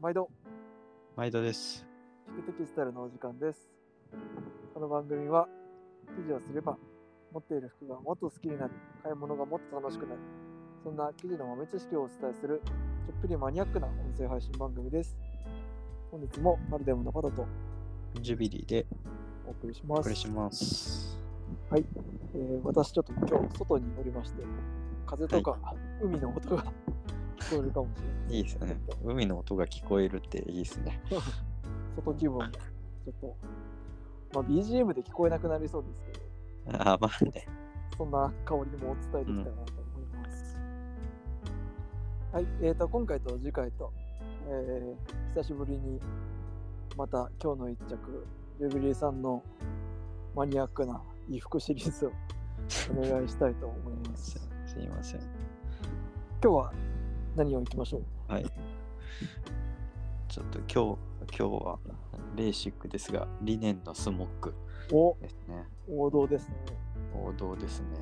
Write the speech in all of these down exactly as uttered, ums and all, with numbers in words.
毎度毎度です。 聞くテキスタイルのお時間です。この番組は記事をすれば持っている服がもっと好きになる、買い物がもっと楽しくなる、そんな記事の豆知識をお伝えするちょっぴりマニアックな音声配信番組です。本日もマルデムのパドとジュビリーでお送りします。 お送りします。 はい、えー、私ちょっと今日外におりまして、風とか、はい、海の音が聞こえるかもしれない。 いいですね。海の音が聞こえるっていいですね。 外気分もちょっと、まあ、ビージーエム で聞こえなくなりそうですけど、 あ、まあね。 そんな香りもお伝えできたらなと思います。うん、はい、えーと、今回と次回と、えー、久しぶりにまた今日の一着、ジュビリーさんのマニアックな衣服シリーズをお願いしたいと思います。 すいません。 今日は何をいきましょう。 はい。ちょっと今日、今日はベーシックですが、リネンのスモックですね。 王道ですね。 王道ですね。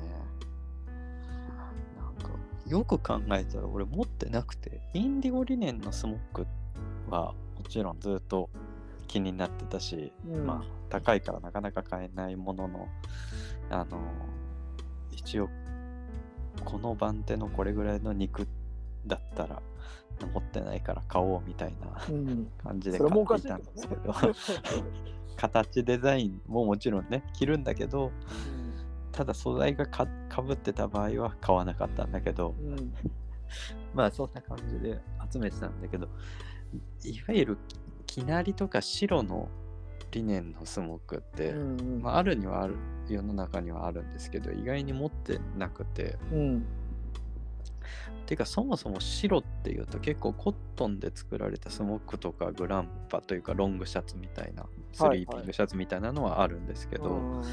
なんか、よく考えたら俺持ってなくて、インディゴリネンのスモックはもちろんずっと気になってたし、うん、まあ高いからなかなか買えないものの、あの一応この番手のこれぐらいの肉だったら持ってないから買おうみたいな感じで買っていたんですけど、うんね、形デザインももちろんね着るんだけど、うん、ただ素材が か, かぶってた場合は買わなかったんだけど、うん、まあそんな感じで集めてたんだけど、いわゆる生成りとか白のリネンのスモックって、うんうん、まあ、あるにはある、世の中にはあるんですけど意外に持ってなくて、うん、ていうかそもそも白っていうと結構コットンで作られたスモックとかグランパというかロングシャツみたいなスリーピングシャツみたいなのはあるんですけど、はいはい、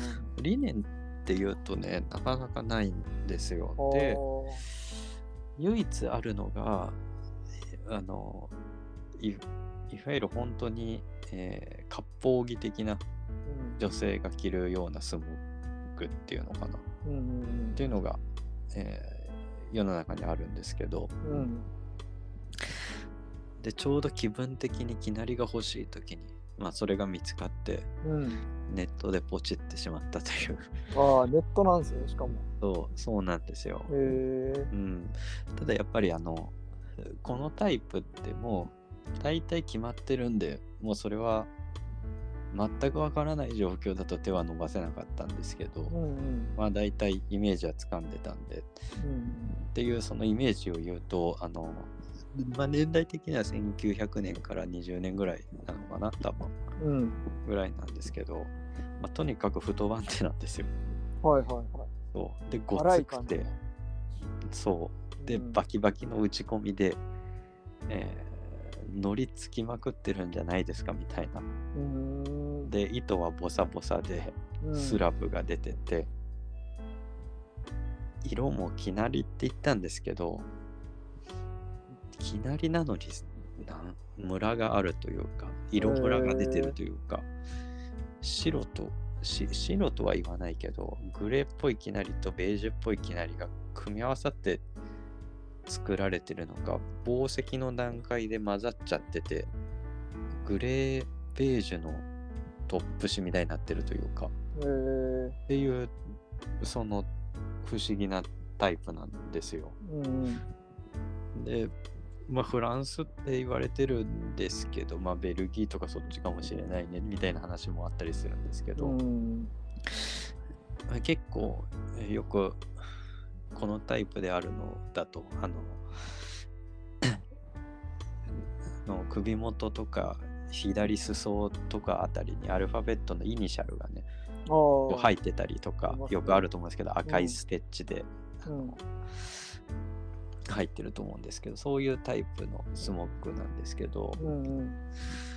リネンっていうとねなかなかないんですよ。で唯一あるのがあのいいわゆる本当に、えー、割烹着的な女性が着るようなスモックっていうのかな、うんうんうん、っていうのが、えー、世の中にあるんですけど、うん、でちょうど気分的に生成りが欲しい時に、まあ、それが見つかって、うん、ネットでポチってしまったというああネットなんですよしかもそうそうなんですよ。 へー、 うん、ただやっぱりあのこのタイプってもう大体決まってるんでもうそれは全くわからない状況だと手は伸ばせなかったんですけど、うんうん、まあ大体イメージはつかんでたんで、うん、っていうそのイメージを言うとあの、まあ、年代的にはせんきゅうひゃくねんからにじゅうねんぐらいなのかな多分、うん、ぐらいなんですけど、まあ、とにかく太番手なんですよ。 はいはいはい。 そうでごつくてそうで、うん、バキバキの打ち込みで、えー乗りつきまくってるんじゃないですかみたいな。うんで糸はボサボサでスラブが出てて、うん、色も生成りって言ったんですけど生成りなのになムラがあるというか色ムラが出てるというか、白とし白とは言わないけどグレーっぽい生成りとベージュっぽい生成りが組み合わさって作られてるのか紡績の段階で混ざっちゃっててグレーベージュのトップ紙みたいになってるというか、えー、っていうその不思議なタイプなんですよ、うん、で、まあ、フランスって言われてるんですけど、まあ、ベルギーとかそっちかもしれないねみたいな話もあったりするんですけど、うん、結構よくこのタイプであるのだとあのの首元とか左裾とかあたりにアルファベットのイニシャルがねこう入ってたりとかよくあると思うんですけど、赤いステッチで、うん、入ってると思うんですけどそういうタイプのスモックなんですけど、うんうん、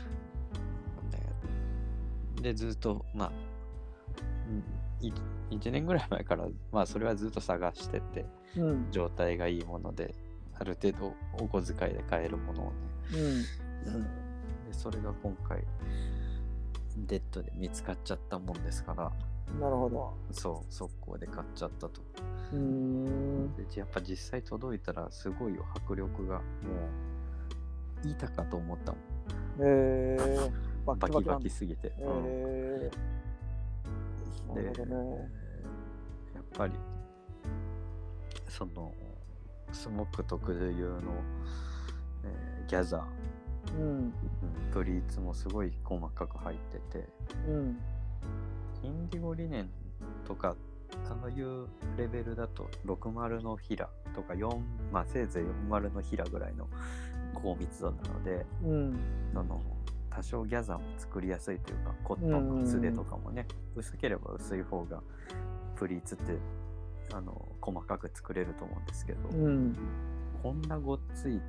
でずっとまあ、うん、いちねんぐらい前から、まあ、それはずっと探してて、うん、状態がいいものである程度お小遣いで買えるものをね、うんうん、でそれが今回デッドで見つかっちゃったもんですから、 なるほどそう速攻で買っちゃったと。うーんでやっぱ実際届いたらすごいよ迫力がもいたかと思ったもん。 えー、ババキバキバキなんだ。 キすぎて、 えー、 うん、 なるほどね。 やっぱりそのスモック特有の、えー、ギャザー、 うんうん、プリーツもすごい細かく入ってて、 うんインディゴリネンとかああいうレベルだとろくじゅうのヒラとかよん、まあ、せいぜいよんじゅうのヒラぐらいの高密度なので、 うんその多少ギャザーも作りやすいというか、コットンの厚手とかもね、うん、薄ければ薄い方がプリーツってあの細かく作れると思うんですけど、 うん、 こんなごっつい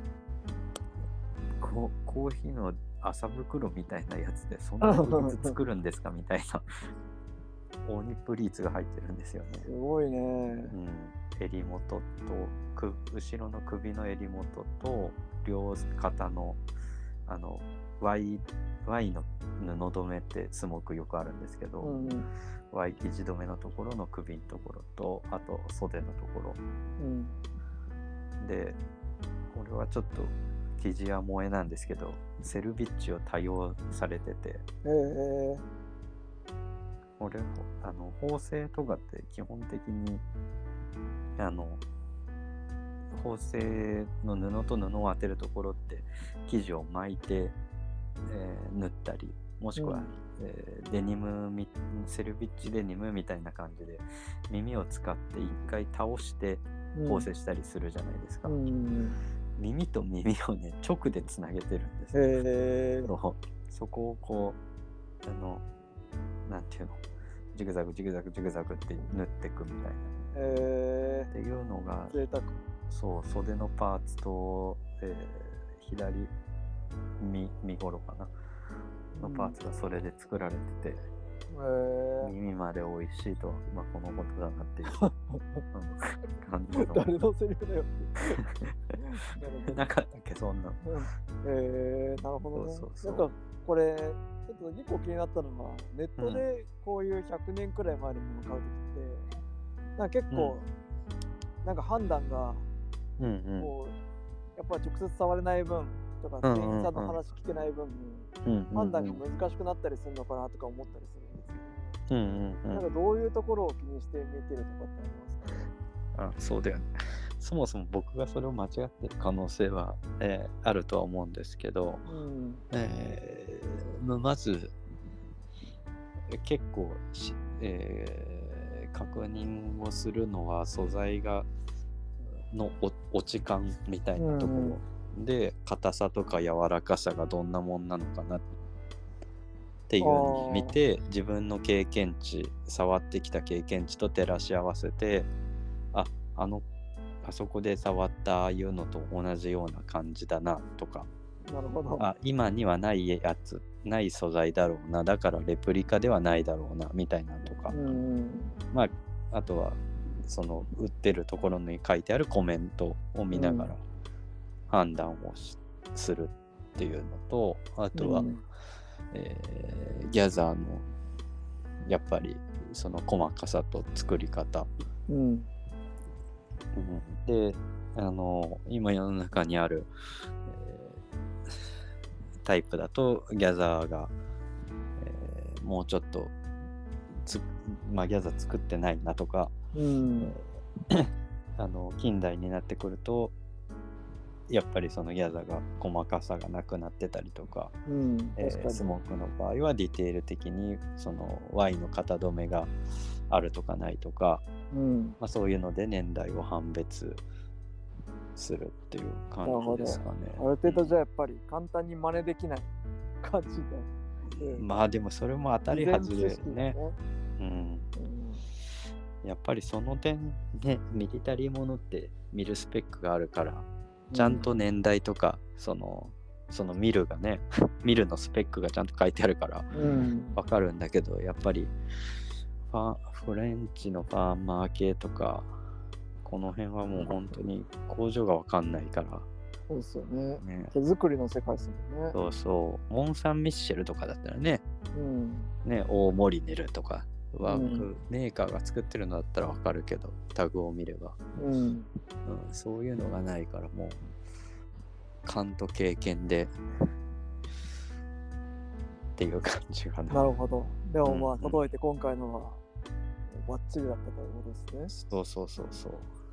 ココーヒーの麻袋みたいなやつでそんなプリーツ作るんですかみたいな鬼プリーツが入ってるんですよね。 すごいね。うん、襟元とく後ろの首の襟元と両肩のあの Y, Y の布留めってすごくよくあるんですけど、 うん、 Y 生地留めのところの首のところとあと袖のところ、 うん、でこれはちょっと生地は萌えなんですけどセルビッチを多用されてて、 えー、 これあの縫製とかって基本的にあの縫製の布と布を当てるところって生地を巻いて、えー、縫ったりもしくは、うんえー、デニムセルビッチデニムみたいな感じで耳を使って一回倒して縫製したりするじゃないですか、 うんうん、 耳と耳をね直でつなげてるんですよ、 えー、 そこをこうあのなんていうのジグザグジグザグジグザグって縫っていくみたいな、 えー、 っていうのが贅沢。 そう袖のパーツと、えー、左身身頃かなのパーツがそれで作られてて、うん、耳まで美味しいとは、まあ、このことだなっていう感じの誰のセリフだよなかったっけそんなの、 うん、えー、なるほどね。そうそうそうなんかこれちょっとにこ気になったのがネットでこういうひゃくねんくらい前のものを買うときってなんか結構、うん、なんか判断がこう、うんうん、やっぱり直接触れない分とか店員さんの話聞けない分、うんうんうん、判断が難しくなったりするのかなとか思ったりするんですけど、うんうんうん、なんかどういうところを気にして見てるとかってありますか？ あ、そうだよね。そもそも僕がそれを間違ってる可能性は、えー、あるとは思うんですけど、うんえー、まず結構、えー、確認をするのは素材がの落ち感みたいなところ、うんうん、で硬さとか柔らかさがどんなもんなのかなっていうのを見て自分の経験値触ってきた経験値と照らし合わせてああのあそこで触ったああいうのと同じような感じだなとか、 なるほど。 あ今にはないやつない素材だろうなだからレプリカではないだろうなみたいなとか、うんうん、まああとはその売ってるところに書いてあるコメントを見ながら判断をするっていうのと、あとは、うんえー、ギャザーのやっぱりその細かさと作り方、うんうん、であの今世の中にある、えー、タイプだとギャザーが、えー、もうちょっとつ、まあ、ギャザー作ってないなとか、うんあの近代になってくるとやっぱりそのギャザが細かさがなくなってたりとか、うんえー、スモークの場合はディテール的にその Y の型止めがあるとかないとか、うんまあ、そういうので年代を判別するっていう感じですかね。 ある程度じゃあやっぱり簡単に真似できない感じで、うん、まあでもそれも当たり外れですね。うんうんやっぱりその点ねミリタリーものって見るスペックがあるからちゃんと年代とか、うん、そのそのミルがねミルのスペックがちゃんと書いてあるからわかるんだけど、うん、やっぱりフ, ァフレンチのファーマー系とかこの辺はもう本当に工場がわかんないからそうですよ ね, ね手作りの世界ですもんね。 そうそうモン・サン・ミッシェルとかだったらね、うん、ね大モリネルとかは、うん、メーカーが作ってるのだったらわかるけどタグを見れば、うんうん、そういうのがないからもう勘と経験でっていう感じかな。 なるほど。でもまあ、 うんうん届いて今回のはバッチリだったということですね。 そうそうそうそう。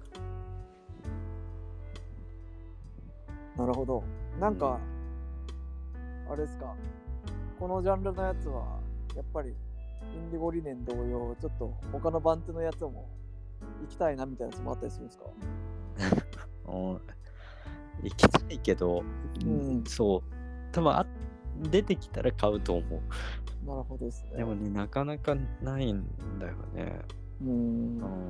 なるほど。なんか、あれですか、このジャンルのやつはやっぱりインディゴ理念同様、ちょっと他のバンドのやつも行きたいなみたいなやつもあったりするんですか？ うん行きたいけど、 うん、 そう多分あ出てきたら買うと思う。 なるほどですね。 でもね、なかなかないんだよね。 うん、 うん、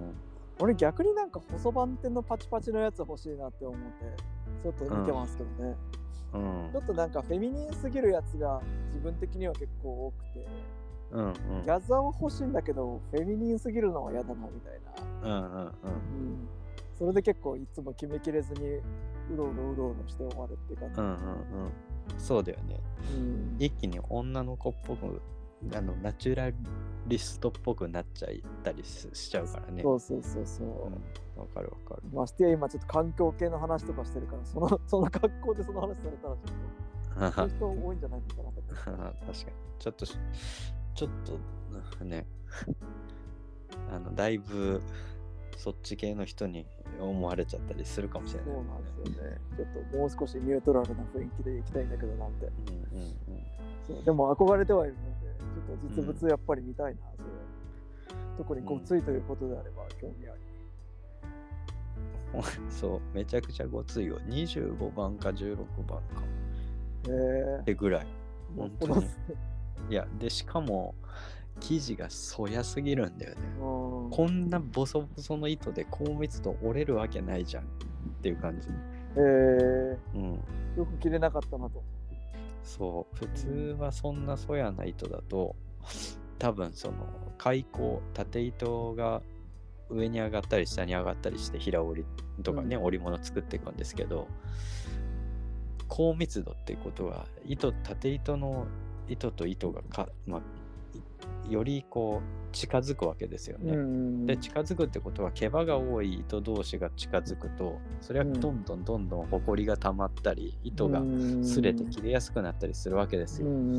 俺逆になんか細番手のパチパチのやつ欲しいなって思ってちょっと見てますけどね、 うん、 ちょっとなんかフェミニンすぎるやつが自分的には結構多くて、 うんうんギャザーは欲しいんだけどフェミニンすぎるのは嫌だなみたいな、 うんうんうんうん、それで結構いつも決めきれずにうろうろうろうろして終わるっていう感じ。 うんうんうんそうだよね、 うん、 一気に女の子っぽくあのナチュラリストっぽくなっちゃったり し, しちゃうからね。 そうそうそうそう。 うん、わかるわかる。 ましてや今ちょっと環境系の話とかしてるから、そのその格好でその話されたらちょっとそういう人多いんじゃないのかなと思って。 確かにちょっとちょっとねあのだいぶそっち系の人に思われちゃったりするかもしれない。 そうなんですよね。ちょっともう少しニュートラルな雰囲気でいきたいんだけどなんて。 うんうんうん、 そうでも憧れてはいるので、ちょっと実物やっぱり見たいな、それ。特にごついということであれば興味あり。 そう、めちゃくちゃごついよ。にじゅうごばんかじゅうろくばんか。 へえ。 ってぐらい。本当に。 に。 いや、で、しかも、生地がそやすぎるんだよね。 こんなボソボソの糸で高密度折れるわけないじゃんっていう感じ。 へえ。 うん。 よく切れなかったなと。 そう、普通はそんなそやな糸だと、多分その開口、縦糸が上に上がったり下に上がったりして平織りとかね、うん、織物作っていくんですけど、高密度っていうことは糸縦糸の糸と糸がか、まあ、よりこう近づくわけですよね、うん、で近づくってことは毛羽が多い糸同士が近づくとそれはどんどんどんどんほこりが溜まったり糸が擦れて切れやすくなったりするわけですよ、うんうん、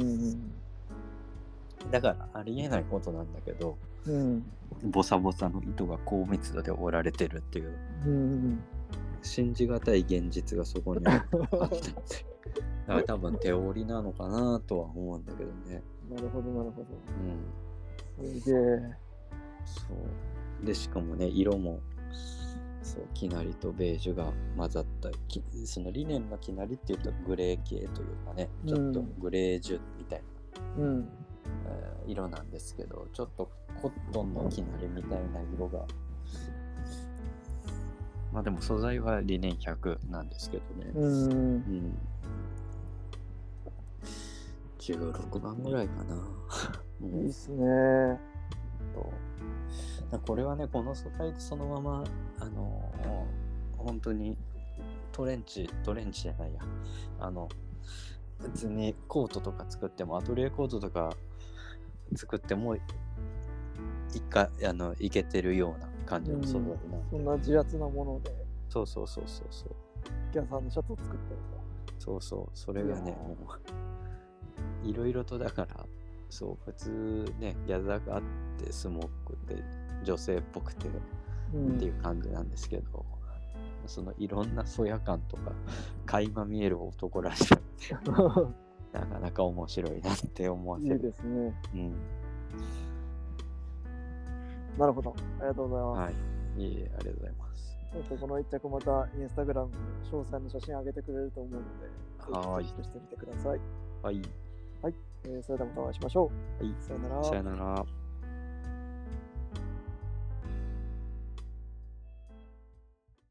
だからありえないことなんだけど、うん、ボサボサの糸が高密度で織られてるっていう、うん、信じがたい現実がそこにあってだから多分手織りなのかなとは思うんだけどね。 なるほどなるほど。 うん。 すげえ。 そうでしかもね色もそう生成りとベージュが混ざったそのリネンの生成りっていうとグレー系というかねちょっとグレージュみたいな、うんえー、色なんですけどちょっとコットンの生成りみたいな色がまあでも素材はリネンひゃくなんですけどね。うん。うんじゅうろくばんぐらいかな。 うん、いいっすね。 そうこれはね、この素材そのまま、あのー、本当にトレンチ、トレンチじゃないや。あの、別にコートとか作っても、アトリエコートとか作っても、一回、あの、いけてるような感じの素材なんで、 うん。そんな自圧なもので。 そうそうそうそうそう。 ギャザーのシャツを作ってるんだ。 そうそう、それがね、もう。いろいろとだからそう普通ねギャザーがあってスモークって女性っぽくてっていう感じなんですけど、うん、そのいろんなそや感とか垣間見える男らしいなかなか面白いなって思わせる。 いいですね、 うん、 なるほどありがとうございます。 はい、いいえありがとうございます。 ちょっとこの一着またインスタグラムに詳細の写真上げてくれると思うので、 はいチェックしてみてください。 はい。 はい、えー、それではまたお会いしましょう。 はい、 さよなら。 さよなら。